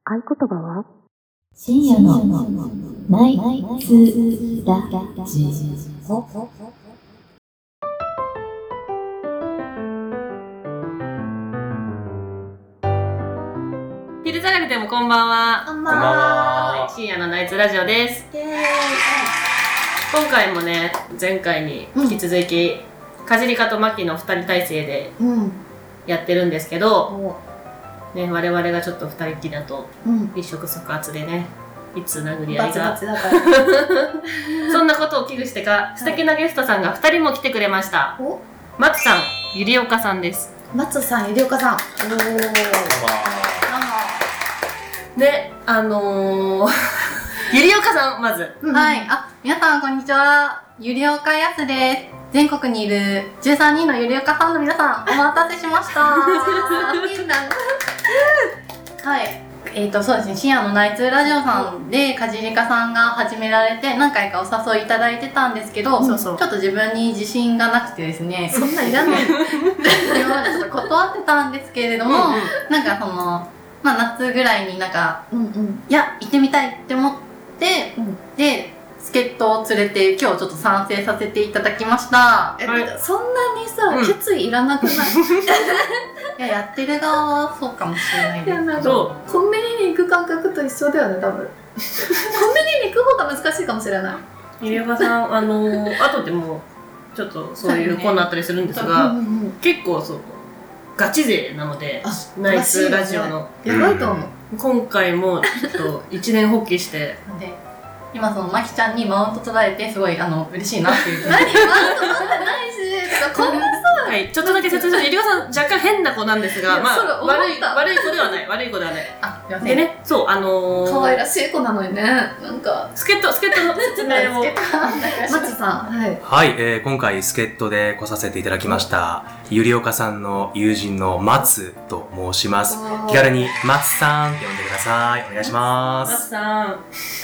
合言葉は深夜のナイツラジオ。 昼下がりでもこんばんは。 こんばんは。 深夜のナイツラジオです。今回もね、前回に引き続き、かじりかとマキの2人体制でやってるんですけど、ね、我々がちょっと2人きりだと一触即発でね、いつ殴り合いがそんなことを危惧してか、素敵なゲストさんが2人も来てくれました。松さん、ゆりおかさんです。 松さん、ゆりおかさん。 で、ゆりおかさん、まず。 はい。皆さん、こんにちは。ゆりおかやすです。全国にいる13人のゆりおかファンの皆さん、お待たせしました。はい。そうですね、深夜のナイツラジオさんで、かじりかさんが始められて、何回かお誘いいただいてたんですけど、ちょっと自分に自信がなくてですね、そんないらない。今までちょっと断ってたんですけれども、なんか夏ぐらいになんか、いや、行ってみたいって思って、で、助っ人を連れて今日ちょっと参戦させていただきました。 そんなにさ、決意いらなくない？ いや、やってる側はそうかもしれないですけど、コンビニに行く感覚と一緒だよね、多分。コンビニに行く方が難しいかもしれない。 ゆりおかさん、後でもちょっとそういうコーナーあったりするんですが、結構そうガチ勢なので、ナイツラジオの。 やばいと思う。 今回もちょっと一年発起して。 今まきちゃんにマウント取られてすごい嬉しいなっていう。 何マウント取ってないし、こんなさ。 はい、ちょっとだけ説明すると、ゆりおかさん若干変な子なんですが、まあ悪い子ではない。悪い子ではない。でね、そう可愛らしい子なのにね、なんか助っ人の説明を。 松さん、 はい、今回助っ人で来させていただきましたゆりおかさんの友人の松と申します。気軽に松さんって呼んでください。お願いします。 松さん。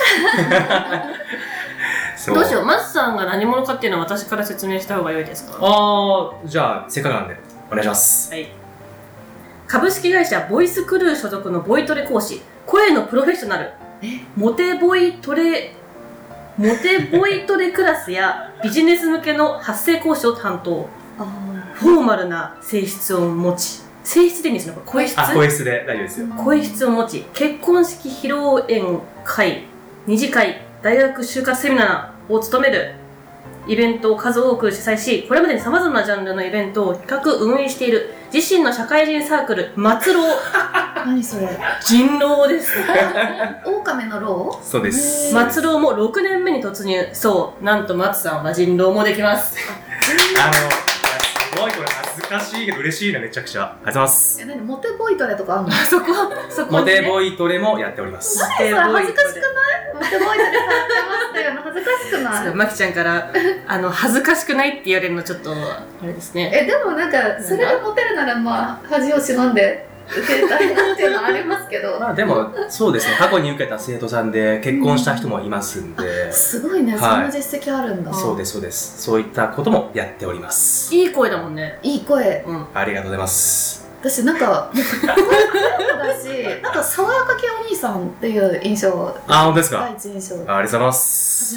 どうしよう、松さんが何者かっていうのは私から説明した方が良いですか？ じゃあせっかくなんでお願いします。 はい。株式会社ボイスクルー所属のボイトレ講師、声のプロフェッショナル、モテボイトレクラスやビジネス向けの発声講師を担当。フォーマルな性質を持ち、性質でいいんですね、声質？ 声質で大丈夫ですよ。 声質を持ち、結婚式披露宴会、二次会、大学就活セミナーを務めるイベントを数多く主催し、これまでに様々なジャンルのイベントを企画運営している自身の社会人サークル、松郎。 何それ？ 人狼です。 狼の狼？ そうです。 松郎も6年目に突入。そう、なんと松さんは人狼もできます。 すごい、これ恥ずかしいけど嬉しいね、めちゃくちゃ。ありがとうございます。 何モテボイトレとかあんの？ そこ、 モテボイトレもやっております。 何それ恥ずかしくない？モテボイトレされてましたよね。恥ずかしくない？ まきちゃんから恥ずかしくないって言われるのちょっとあれですね。 でもなんかそれでモテるならまあ恥を忍んで受けたいなっていうのはありますけど。 まあでもそうですね、過去に受けた生徒さんで結婚した人もいますんで。 すごいね、そんな実績あるんだ。 そうですそうです。そういったこともやっております。 いい声だもんね。 いい声。 ありがとうございます。 私なんか声もだし、なんか爽やか系お兄さんっていう印象。 本当ですか？ 第一印象。 ありがとうございます。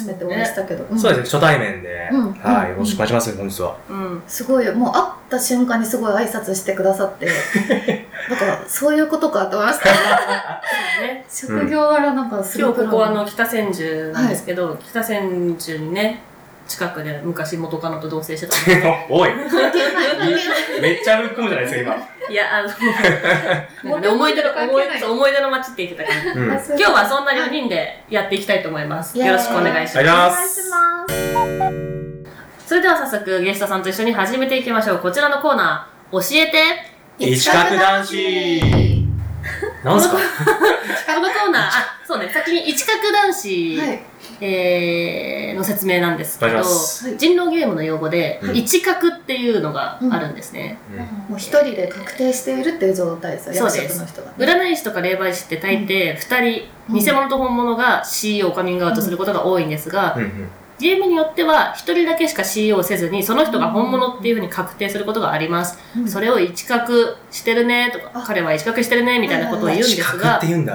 初めてお会いしたけど。 そうですね、初対面で、はい、よろしくお願いします。本日は。 すごい、もう会った瞬間にすごい挨拶してくださって、なんかそういうことかと思いました。職業柄なんかすごく。 今日ここ北千住なんですけど、北千住にね、近くで昔元カノと同棲してたんで。 おいめっちゃぶっ込むじゃないですか、今。 いや、思い出の街って言ってたから。今日はそんな4人でやっていきたいと思います。よろしくお願いします。 お願いします。 それでは早速ゲストさんと一緒に始めていきましょう。こちらのコーナー、教えて一角男子。なんすか？ このコーナー、そうね、先に一角男子の説明なんですけど、人狼ゲームの用語で一角っていうのがあるんですね。 もう一人で確定しているっていう状態ですよ。 そうです。占い師とか霊媒師って大抵2人、偽物と本物が CEO をカミングアウトすることが多いんですが、ゲームによっては1人だけしか CEO をせずにその人が本物っていうふうに確定することがあります。それを一角してるねとか、彼は一角してるねみたいなことを言うんですが、 一角って言うんだ、あれ。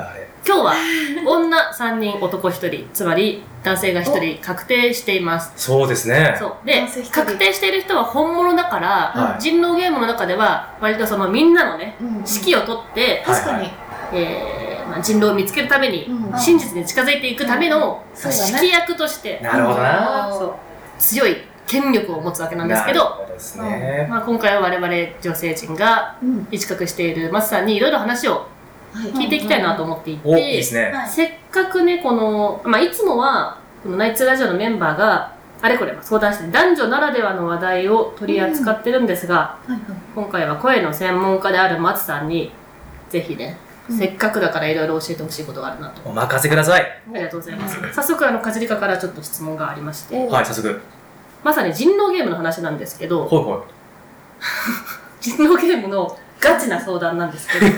今日は女3人男1人、つまり男性が1人確定しています。 そうですね。 そうで、確定している人は本物だから、 はい、 人狼ゲームの中では割とそのみんなのね、指揮を取って、 確かに、 人狼を見つけるために、真実に近づいていくための指揮役として、 なるほどな、 そう強い権力を持つわけなんですけど、 ですね、 今回は我々女性陣が一角している松さんにいろいろ話を聞いていきたいなと思っていて、 いいですね、 せっかくね、この、いつもはこのナイツラジオのメンバーがあれこれ相談して男女ならではの話題を取り扱ってるんですが、今回は声の専門家である松さんにぜひね、せっかくだからいろいろ教えてほしいことがあるなと。 お任せください。 ありがとうございます。早速かじりかからちょっと質問がありまして、 はい、早速。 まさに人狼ゲームの話なんですけど、 ほいほい人狼ゲームのガチな相談なんですけど、はい、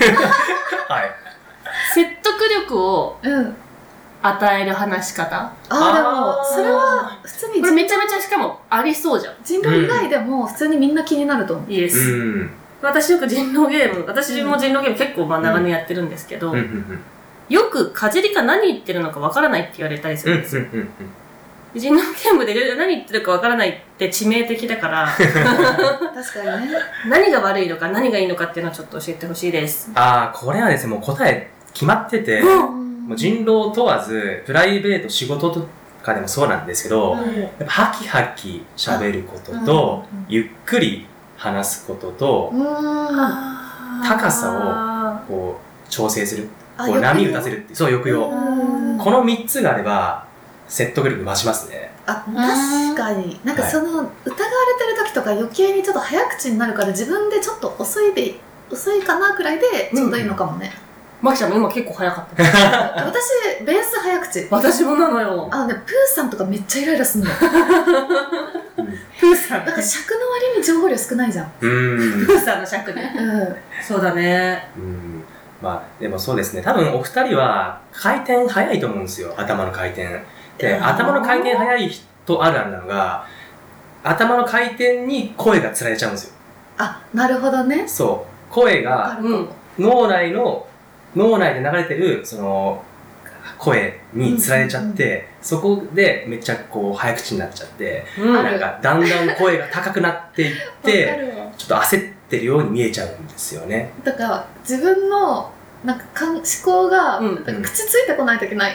説得力を与える話し方。 でもそれは普通にこれめちゃめちゃしかもありそうじゃん。 人狼以外でも普通にみんな気になると思う。 いいです。私よく人狼ゲーム、私も人狼ゲーム結構長年やってるんですけど、よくかじりか何言ってるのかわからないって言われたりするんですよ。人狼ゲームで何言ってるかわからないって致命的だから確かにね、 何が悪いのか何がいいのかっていうのをちょっと教えてほしいです。 これはですね、もう答え決まってて、もう人狼問わずプライベート仕事とかでもそうなんですけど、やっぱハキハキ喋ることと、ゆっくり話すことと、高さをこう調整する、こう波打たせるっていう、そう抑揚、この3つがあれば説得力増しますね。 確かに、なんかその疑われてる時とか余計にちょっと早口になるから、自分でちょっと遅いかなくらいでちょうどいいのかもね。 マキちゃんも今結構早かった。 私ベース早口。 私もなのよ。 プーさんとかめっちゃイライラすんの。 プーさん。 なんか尺の割に情報量少ないじゃん。 プーさんの尺ね。そうだね。 でもそうですね。多分お二人は回転早いと思うんですよ。頭の回転。で、頭の回転早い人あるあるなのが、頭の回転に声がつられちゃうんですよ。 なるほどね。 そう。声が脳内で流れてるその声につられちゃって、そこでめっちゃこう早口になっちゃって、なんかだんだん声が高くなっていってちょっと焦ってるように見えちゃうんですよね。 だから自分のなんか思考が、口ついてこないときない。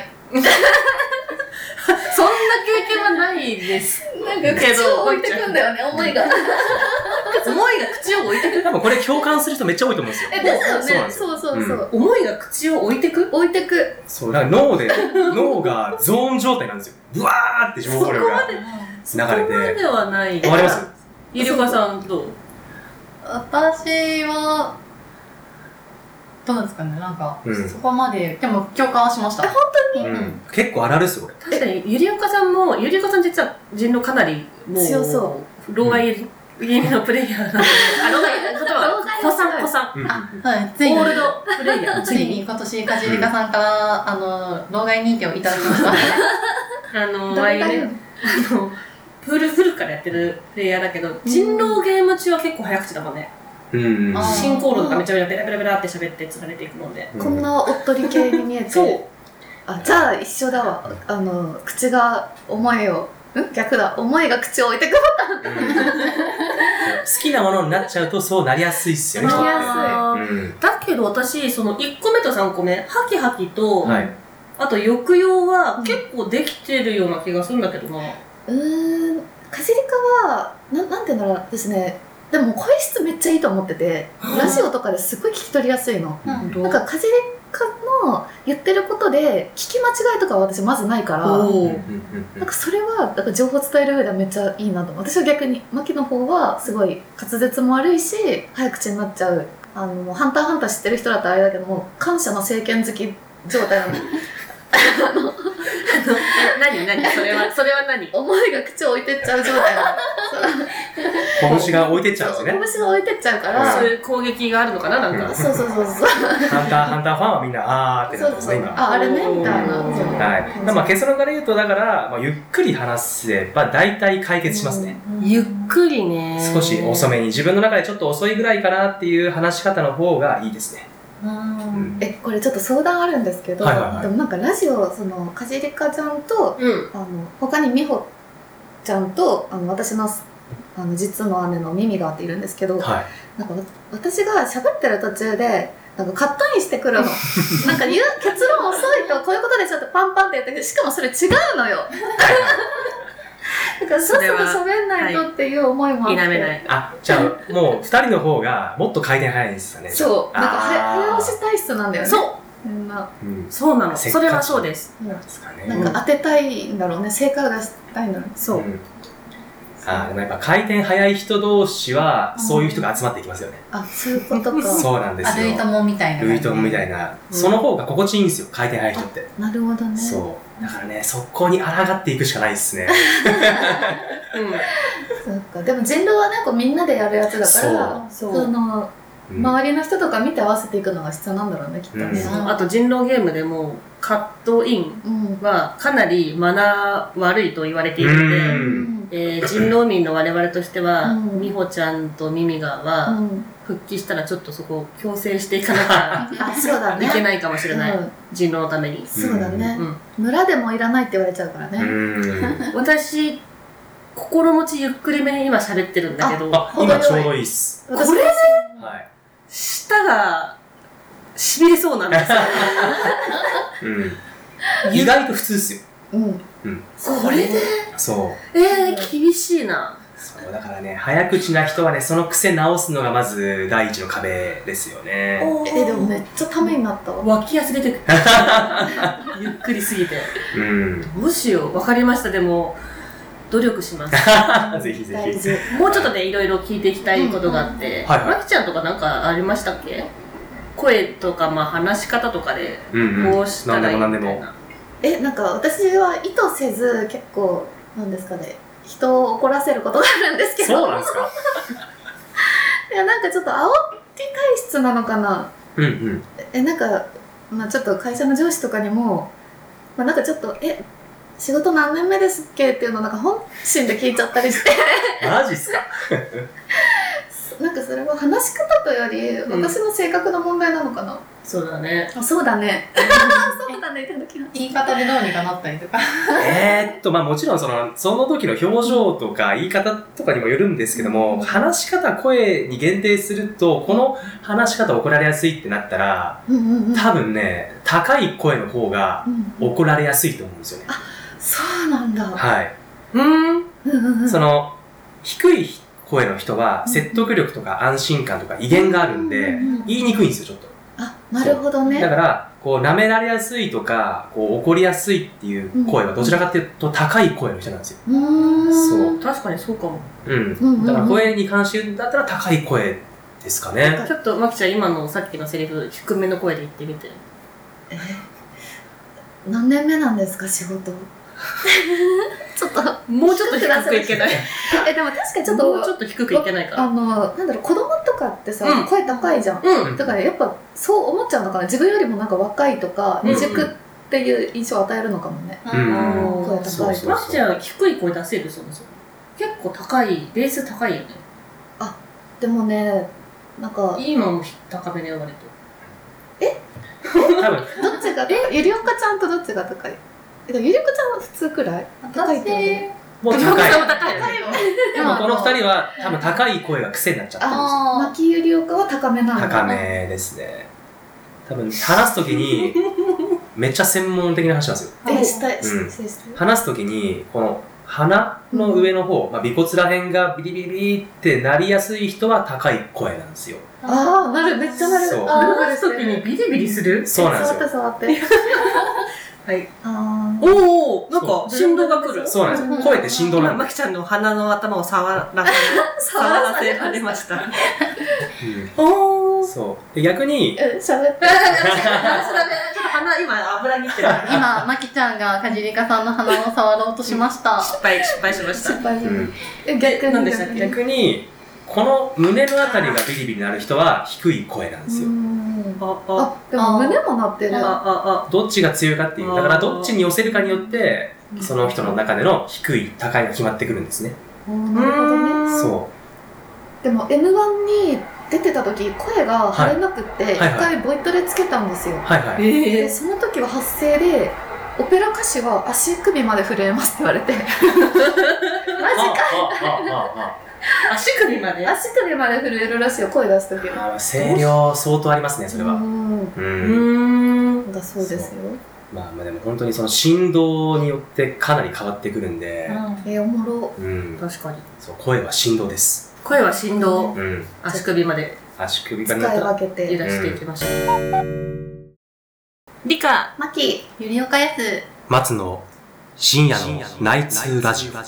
そんな経験はないです。 なんか口を置いてくんだよね、思いが。 思いが口を置いてく。 多分これ共感する人めっちゃ多いと思うんですよ。 ですよね。そう。 思いが口を置いてく。 そう、だから脳がゾーン状態なんですよ。ブワーって情報量が流れて。 そこまではない。 わかります？ ゆりおかさんどう？ 私はどうですかね、なんか、そこまで、でも共感はしました。 本当に、 結構あるあるっすよ、これ。 確かに、ゆりおかさん実は人狼かなり、もう、 強そう。 老害気味のプレイヤーなんで、老害、子さん。 はい、 ついに、オールドプレイヤー。 ついに今年、かじりかさんから、老害認定をいただきました。 古くからやってるプレイヤーだけど、人狼ゲーム中は結構早口だもんね。進行論とかめちゃめちゃベラベラベラって喋ってつられていくもんで、 こんなおっとり系に見えてそうじゃあ一緒だわ。口が思いを逆だ、思いが口を置いてくる。 好きなものになっちゃうとそうなりやすいっすよね。 なりやすい。 だけど私その1個目と3個目ハキハキと、あと抑揚は結構できてるような気がするんだけどな。 かじりかはなんていうんだろうですね。でも声質めっちゃいいと思ってて、ラジオとかですごい聞き取りやすいの。なんかかじりかの言ってることで聞き間違いとかは私まずないから、なんかそれはなんか情報伝える上ではめっちゃいいなと思う。私は逆にマキの方はすごい滑舌も悪いし早口になっちゃう。ハンターハンター知ってる人だったらあれだけども、感謝の政権好き状態なの。 何それは何？ 思いが口を置いてっちゃう状態なの。 拳が置いてっちゃうんですよね。 拳が置いてっちゃうから、 そういう攻撃があるのかな、なんか。 そう。 ハンターファンはみんなってなってますね、今。 あれねみたいな。 はい。結論から言うとだからゆっくり話せば大体解決しますね。 ゆっくりね。 少し遅めに自分の中でちょっと遅いぐらいかなっていう話し方の方がいいですね。 これちょっと相談あるんですけど、でもなんかラジオかじりかちゃんと、他にみほちゃんと私の実の姉のミミがっているんですけど、なんか私が喋ってる途中でなんかカットインしてくるのなんか結論遅いとこういうことでちょっとパンパンって言って、しかもそれ違うのよだからそう喋んないとっていう思いもあって、否めない。 じゃあもう2人の方がもっと回転早いんですよね。 そう、なんか早押し体質なんだよね。 そうなの。それはそうです。 なんか当てたいんだろうね、正解を出したいんだろうね。 そう。 でもやっぱ回転早い人同士はそういう人が集まってきますよね。 そういうことか。 そうなんですよ。 ルイ友みたいな。 ルイ友みたいな。その方が心地いいんですよ、回転早い人って。 なるほどね。 そう。だからね、そこに抗っていくしかないですね。 そうか。でも人狼はね、みんなでやるやつだから、周りの人とか見て合わせていくのが必要なんだろうね、きっとね。 あと人狼ゲームでもカットインはかなりマナー悪いと言われているので、人狼民の我々としては、みほちゃんとミミガは復帰したらちょっとそこを強制していかなきゃいけないかもしれない、人狼のために。 そうだね。村でもいらないって言われちゃうからね。 私心持ちゆっくりめに今喋ってるんだけど、 今ちょうどいいっす。 これで舌がしびれそうなんですよ意外と普通ですよ。 これで厳しいな。 そうだからね、早口な人はね、その癖直すのがまず第一の壁ですよね。 でもめっちゃためになったわ。 脇汗出てくるゆっくりすぎて。どうしよう。わかりました。でも努力しますぜひぜひ。 もうちょっとね、いろいろ聞いていきたいことがあって、まきちゃんとかなんかありましたっけ？声とか話し方とかでこうしたらいいみたいな。 なんか私は意図せず結構なんですかね、人を怒らせることがあるんですけど。 そうなんですか？ いや、なんかちょっと煽り体質なのかな。なんかちょっと会社の上司とかにもなんかちょっと仕事何年目ですっけっていうのをなんか本心で聞いちゃったりしてマジっすか？ なんかそれは話し方とより私の性格の問題なのかな。 そうだね。 そうだね。そうだね。 言い方でどうにかなったりとか。 もちろんその時の表情とか言い方とかにもよるんですけども、話し方、声に限定すると、この話し方怒られやすいってなったら、多分ね、高い声の方が怒られやすいと思うんですよね。 そうなんだ。 はい。低い声の人は説得力とか安心感とか威厳があるんで、言いにくいんですよ、ちょっと。 なるほどね。 だから、舐められやすいとか、怒りやすいっていう声はどちらかというと高い声の人なんですよ。 そう。確かにそうかも。 だから声に関してだったら高い声ですかね。 ちょっとまきちゃん、今のさっきのセリフ、低めの声で言ってみて。 何年目なんですか、仕事。ちょっともうちょっと低くいけない。 でも確かにちょっともうちょっと低くいけないか。 なんだろう、子供とかってさ、声高いじゃん。だからやっぱそう思っちゃうのかな。自分よりもなんか若いとか未熟っていう印象を与えるのかもね。声高いと。 まきちゃん低い声出せるそうですよ。結構高い、ベース高いよね。 でもね、なんか今も高めで割と。 多分どっちがゆりおかちゃんとどっちが高い？ゆりおかちゃんは普通くらい高いってもう高い。 でもこの2人は多分高い声が癖になっちゃってるんですよ。 まきゆりおかは高めなんだ。 高めですね。多分話すときにめっちゃ専門的な話なんですよ。話すときにこの鼻の上の方、尾骨ら辺がビリビリビリってなりやすい人は高い声なんですよ。 なる、めっちゃなる。 話すときにビリビリする？ そうなんですよ。 触ってはい。おお、なんか振動が来る。 そうなんです。声って振動なんで。まきちゃんの鼻の頭を触らせられました。 おお。そう。で逆に。 喋って。ちょっと鼻今油にってる。 今まきちゃんがかじりかさんの鼻を触ろうとしました。 失敗しました。 逆にこの胸のあたりがビリビリなる人は低い声なんですよ。 でも胸も鳴ってる。 どっちが強いかっていう。だからどっちに寄せるかによってその人の中での低い高いが決まってくるんですね。 なるほどね。 そう。 でも M1 に出てた時声が張れなくって一回ボイトレつけたんですよ。でその時は発声でオペラ歌手は足首まで震えますって言われてマジか足首まで震えるらしいよ、声出す時は。 声量相当ありますね、それは。 だそうですよ。 まあでも本当にその振動によってかなり変わってくるんで。 おもろ。 確かに。 そう、声は振動です。 声は振動。足首まで。 足首から使い分けて揺らしていきましょう。リカ、 マキ、 ゆりおかやす、 松の深夜のナイツラジオ。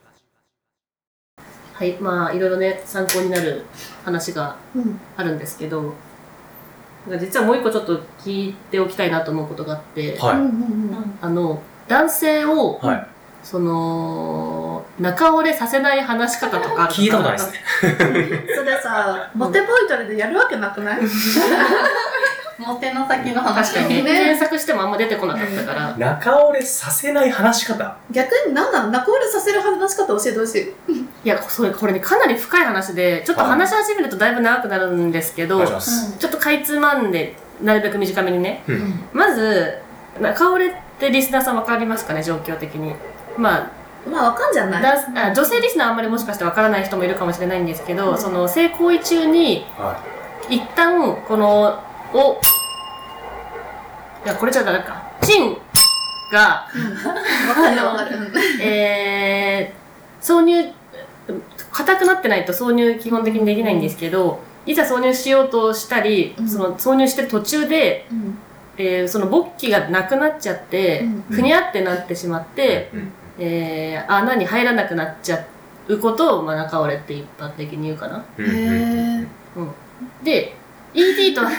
はい、まあいろいろね参考になる話があるんですけど、実はもう一個ちょっと聞いておきたいなと思うことがあって、男性を、その中折れさせない話し方とか聞いたことないですね。 それさ、モテボイトレでやるわけなくない？ モテの先の話。 確かにね、検索してもあんま出てこなかったから。 中折れさせない話し方。 逆に何なの？中折れさせる話し方教えてほしい。 いや、これね、かなり深い話で、ちょっと話し始めるとだいぶ長くなるんですけど、ちょっとかいつまんで、なるべく短めにね。まず、中折れってリスナーさんわかりますかね、状況的に。まあわかんじゃない？ 女性リスナーあんまりもしかしてわからない人もいるかもしれないんですけど、その性行為中に、一旦、この、いや、これじゃダメか。チンが、挿入、硬くなってないと挿入基本的にできないんですけど、いざ挿入しようとしたり、その挿入してる途中で、その勃起がなくなっちゃって、ふにゃってなってしまって、穴に入らなくなっちゃうことを、まあ、中折れって一般的に言うかな。で、ED と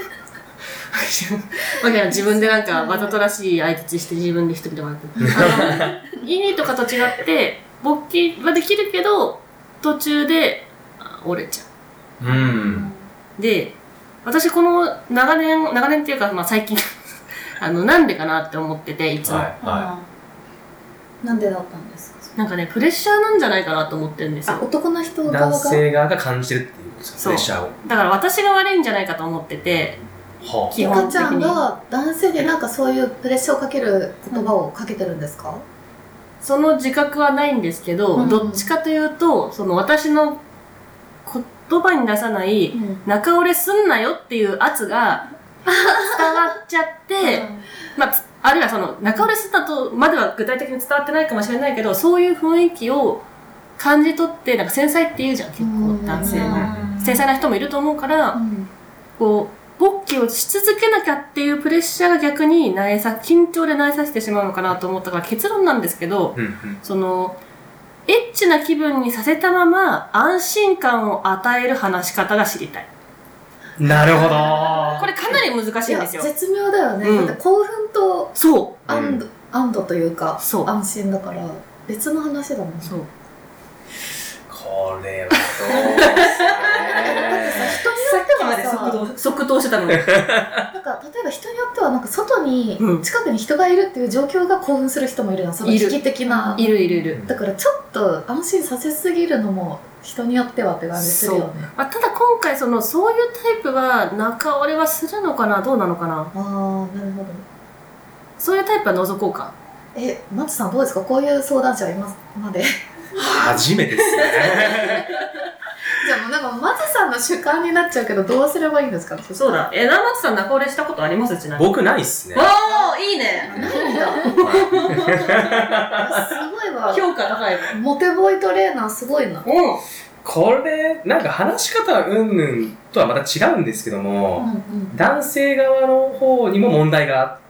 自分でなんかわざとらしい相槌して自分で一人で笑ってる。ED とかと違って勃起はできるけど途中で折れちゃう。で、私この長年っていうか、まあ、最近なんでかなって思ってて、いつも。 なんでだったんですか？ なんかね、プレッシャーなんじゃないかなと思ってるんですよ。 男の人側が？ 男性側が感じるっていうことですか、プレッシャーを。 だから私が悪いんじゃないかと思ってて、 基本的に。リカちゃんが男性でなんかそういうプレッシャーをかける言葉をかけてるんですか？ その自覚はないんですけど、どっちかというと、その私の言葉に出さない、中折れすんなよっていう圧が伝わっちゃって、まあ、あるいはその中折れすんなとまでは具体的に伝わってないかもしれないけど、そういう雰囲気を感じ取って、なんか繊細って言うじゃん、結構男性の。繊細な人もいると思うから、こう、勃起をし続けなきゃっていうプレッシャーが逆に緊張で萎えさせてしまうのかなと思ったから、結論なんですけど、その、エッチな気分にさせたまま安心感を与える話し方が知りたい。 なるほど。 これかなり難しいんですよ。 絶妙だよね。だって興奮と安堵というか、安心だから別の話だもんね。 これはどうですかね。 まで即答してたのに。 なんか例えば人によってはなんか外に、近くに人がいるっていう状況が興奮する人もいるの。その危機的な。 いる。 だからちょっと安心させすぎるのも人によってはって感じするよね。 ただ今回そういうタイプは中折れはするのかな、どうなのかな。 なるほど。 そういうタイプは除こうか。 松さんどうですか？こういう相談者はいますまで。 初めてですね。 じゃあもうなんか松さんの主観になっちゃうけど、どうすればいいんですか？ そうだ。松さん中折れしたことあります？ちなみに。 僕ないっすね。 おー、いいね。 ないんだ。すごいわ。 評価高いわ。 モテボーイトレーナーすごいな。 これなんか話し方うんぬんとはまた違うんですけども、男性側の方にも問題があって、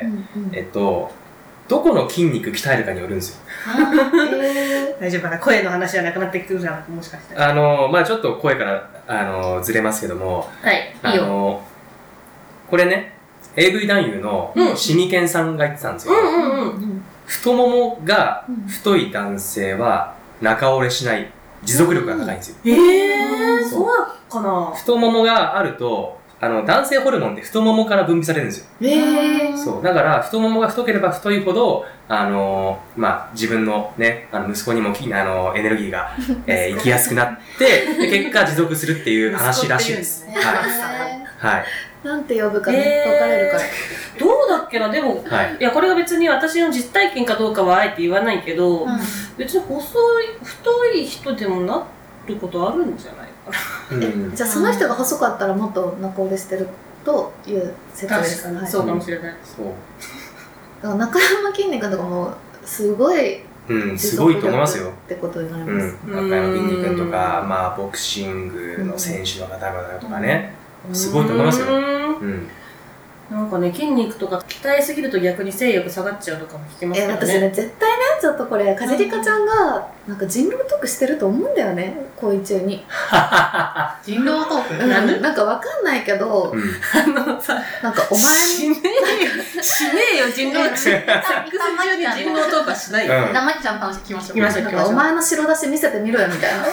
どこの筋肉鍛えるかによるんですよ。 大丈夫かな、声の話はなくなってくるじゃん、もしかして。 まあちょっと声からずれますけども、 いいよ。 これね、AV 男優のシミケンさんが言ってたんですよ。太ももが太い男性は中折れしない、持続力が高いんですよ。 そうかな。 太ももがあると男性ホルモンって太ももから分泌されるんですよ。そう。だから、太ももが太ければ太いほど、自分のね、息子にもエネルギーが、行きやすくなって、で結果持続するっていう話らしいです。はい。 なんて呼ぶかね、分かれるから。 どうだっけな、でも、いや、これが別に私の実体験かどうかはあえて言わないけど、別に太い人でもなることあるんじゃないかな。じゃあその人が細かったらもっと中折れしてるという説ですかね。 そうかもしれない。 そう。 だから中山きんに君とかもすごい、 すごいと思いますよ。 ってことになります。 中山きんに君とか、ボクシングの選手の方々とかね、すごいと思いますよ。 なんかね、筋肉とか鍛えすぎると逆に性欲下がっちゃうとかも聞きますからね。 私ね、絶対ね、ちょっとこれ、かじりかちゃんが、なんか人狼トークしてると思うんだよね、行為中に。 人狼トークなんかわかんないけど、なんかお前しねえよ、人狼セックス中に人狼トークはしないよ。 まきちゃんの話聞きましょう。 なんかお前の白だし見せてみろよ、みたいな。でも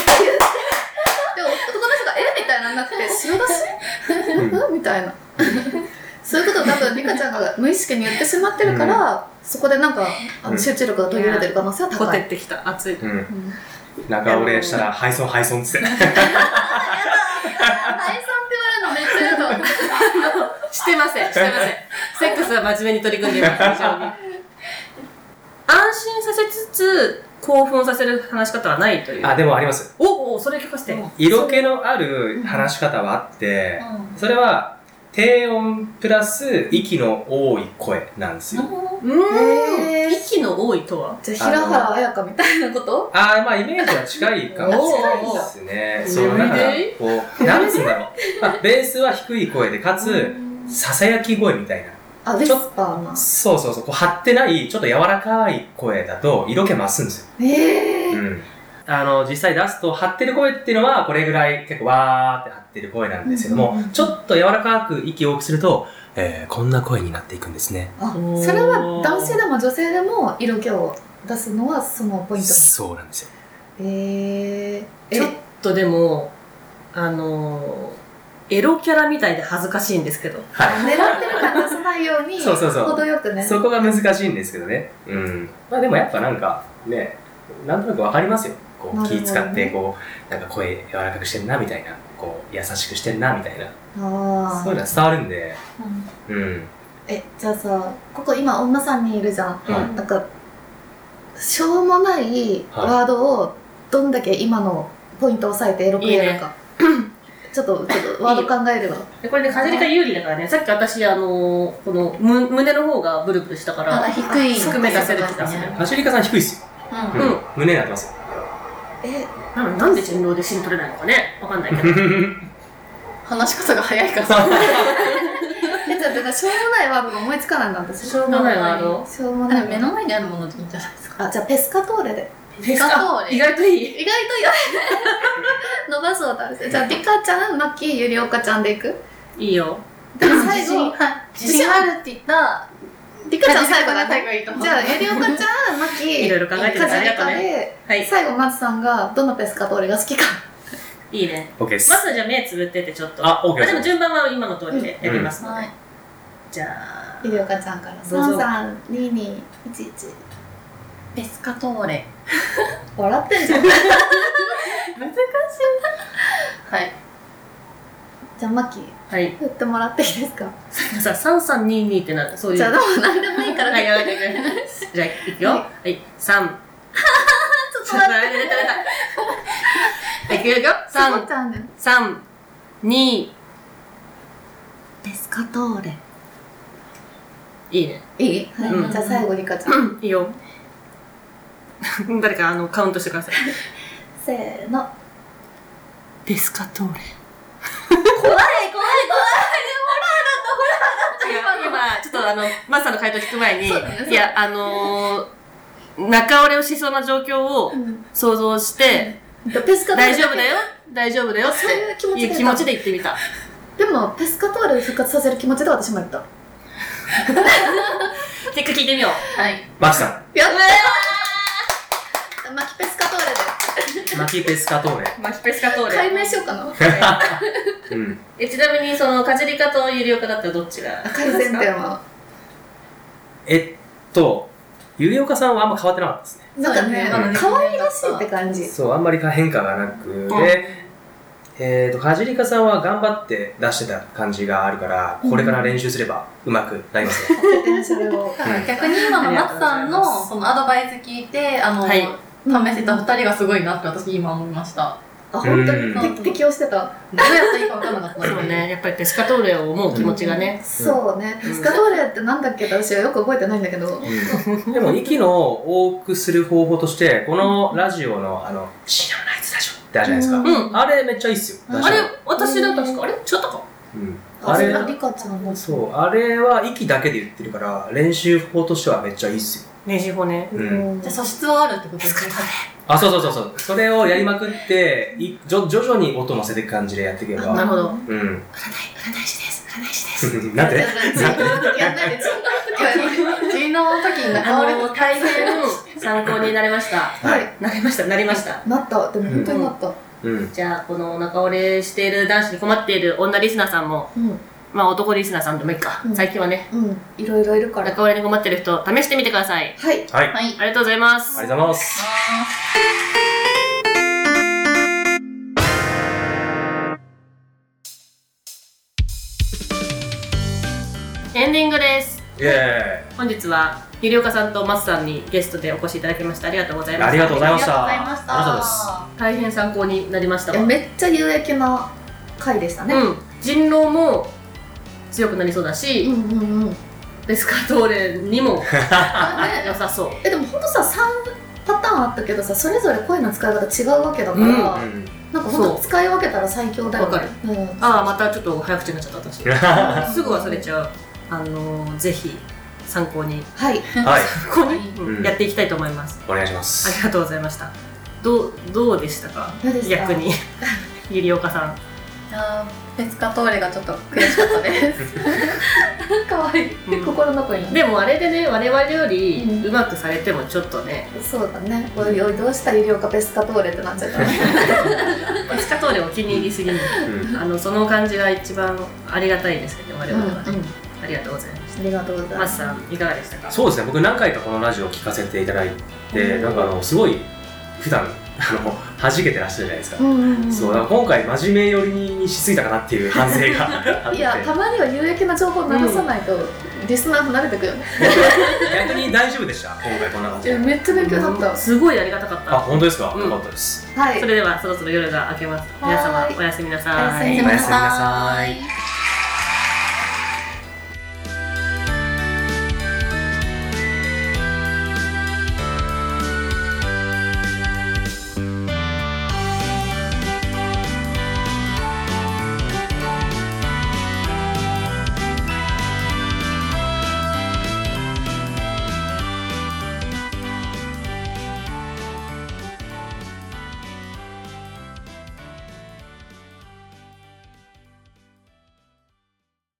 男の人が、みたいななくて、白だしみたいな。そういうことを多分リカちゃんが無意識に言ってしまってるから、そこでなんか集中力が途切れてる可能性は高い。 ほてってきた、熱い。 中折れしたら、ハイソンハイソンって。ハイソンって言われるのめっちゃ嫌だ。 してません。セックスは真面目に取り組んでいます、非常に。安心させつつ、興奮させる話し方はないという。 でもあります。 それ聞かせて。 色気のある話し方はあって、それは、低音プラス息の多い声なんですよ。 息の多いとは？ じゃあ平原綾香みたいなこと？ イメージは近いかもしれないですね。そう、だから、なんつうんだろう。ベースは低い声で、かつ、ささやき声みたいな。 ウィスパーな。 そう、張ってない、ちょっと柔らかい声だと、色気増すんですよ。実際出すと、張ってる声っていうのは、これぐらい結構わーって張ってる声なんですけども、ちょっと柔らかく息を多くすると、こんな声になっていくんですね。 それは男性でも女性でも色気を出すのはそのポイント？ そうなんですよ。 ちょっとでも、エロキャラみたいで恥ずかしいんですけど。 狙ってるから出さないように、程よくね。 そこが難しいんですけどね。でもやっぱなんか、ね、なんとなくわかりますよ。気使ってなんか声柔らかくしてんなみたいな、優しくしてんなみたいな、そういうのは伝わるんで。 じゃあさ、ここ今女3人いるじゃん。なんかしょうもないワードをどんだけ今のポイントを押さえてエロくやるか。ちょっとワード考えれば。 これでかじりか有利だからね。さっき私この胸の方がブルブルしたから、 低め出せる気がする。 かじりかさん低いっすよ。胸になってますよ。 なんで人狼で芯取れないのかね、わかんないけど。 話し方が早いから。 じゃあしょうもないワードが思いつかないんだ私。 しょうもないワード。 しょうもない。 目の前にあるものでいいんじゃないですか。 じゃあペスカトーレで。 ペスカトーレ。意外といい。 意外と伸ばそうとあるんですよ。じゃあリカちゃん、マッキー、ゆりおかちゃんでいく？ いいよ。 で最後自信あるって言ったリカちゃん最後だね。 じゃあゆりおかちゃん、マッキー、 いろいろ考えてるからありがとうね。 最後松さんがどのペスカトーレが好きか。 いいね。 OK です。 まずじゃあ目つぶっててちょっと。 OK です。 でも順番は今の通りでやりますので。じゃあゆりおかちゃんから332211 ペスカトーレ。 笑ってんじゃん。 難しい。 はい。 じゃあマッキー、振ってもらっていいですか？ さ3322ってなんかそういう。 じゃあでも何でもいいから。 じゃあいくよ。はい、3。ちょっと待って。はい、いくよ。3、2。 ペスカトーレ。 いいね。 いい？はい。じゃあ最後リカちゃん。 いいよ。誰かカウントしてください。 せーの。 ペスカトーレ。 怖い。 今ちょっとマスターの回答聞く前に、いや仲折れをしそうな状況を想像して、大丈夫だよっていう気持ちで言ってみた。 でもペスカトーレを復活させる気持ちで私も言った。 結果聞いてみよう。 はい。 マキさん。 やったー。マキペスカトーレで。 マキペスカトーレ。 マキペスカトーレ。 解明しようかな。 ちなみにそのかじりかとゆりおかだったらどっちが改善点はゆりおかさんはあんま変わってなかったですね。 なんかね、可愛らしいって感じ。 そう、あんまり変化がなくで、かじりかさんは頑張って出してた感じがあるから、これから練習すればうまくなりますね。 逆に今の松さんのそのアドバイス聞いて、試せた2人がすごいなって私今思いました。 あ、本当に適応してた。どうやったらいいか分からなかった。 そうね、やっぱりペスカトーレを思う気持ちがね。 そうね、ペスカトーレってなんだっけって私はよく覚えてないんだけど。 でも息の多くする方法として、このラジオのシナナイツラジオってあるじゃないですか。あれめっちゃいいっすよ。 あれ、私だったんですか？あれ違ったか？ あれ、リカちゃんだ。 そう、あれは息だけで言ってるから、練習法としてはめっちゃいいっすよ。 練習法ね。 じゃあ素質はあるってことですか？ あ、そう。それをやりまくって、徐々に音乗せていく感じでやっていけば。 なるほど。 占い師です。 なんで？ 人狼の時に大変参考になりました。 はい。 なりました。 なった。でも本当になった。 じゃあ、この中折れしている男子に困っている女リスナーさんも、まあ男リスナーさんでもいいか。最近はね。 いろいろいるから。 中折れに困ってる人、試してみてください。 はい。 ありがとうございます。 ありがとうございます。 エンディングです。 イエーイ。 本日はゆりおかさんと松さんにゲストでお越しいただきました。ありがとうございました。 ありがとうございました。 ありがとうございました。 大変参考になりましたわ。 めっちゃ有益な回でしたね。 人狼も強くなりそうだし、ペスカトーレにも良さそう。 でもほんとさ、3パターンあったけどさ、それぞれ声の使い方違うわけだから、なんかほんと使い分けたら最強だよね。 またちょっと早口になっちゃった私。すぐ忘れちゃう。ぜひ参考にやっていきたいと思います。 お願いします。 ありがとうございました。どうでしたか？逆にゆりおかさん。 ペスカトーレがちょっと悔しかったです。 可愛い。心の声に。 でもあれでね、我々よりうまくされてもちょっとね。 そうだね。おいおいどうしたゆりおかペスカトーレってなっちゃったね。 ペスカトーレお気に入りすぎに、その感じが一番ありがたいですけど我々はね。ありがとうございました。 ありがとうございます。 マスさんいかがでしたか？ そうですね。僕何回かこのラジオを聞かせていただいて、なんかすごい普段弾けてらっしゃるじゃないですか。そうだから今回真面目寄りにしすぎたかなっていう反省があって。 いや、たまには有益な情報を流さないとリスナーと慣れてくよね。 逆に大丈夫でした？今回こんな感じで。 めっちゃ勉強だった。 すごいありがたかった。 あ、本当ですか？よかったです。 はい。 それではそろそろ夜が明けます。皆様おやすみなさい。 おやすみなさい。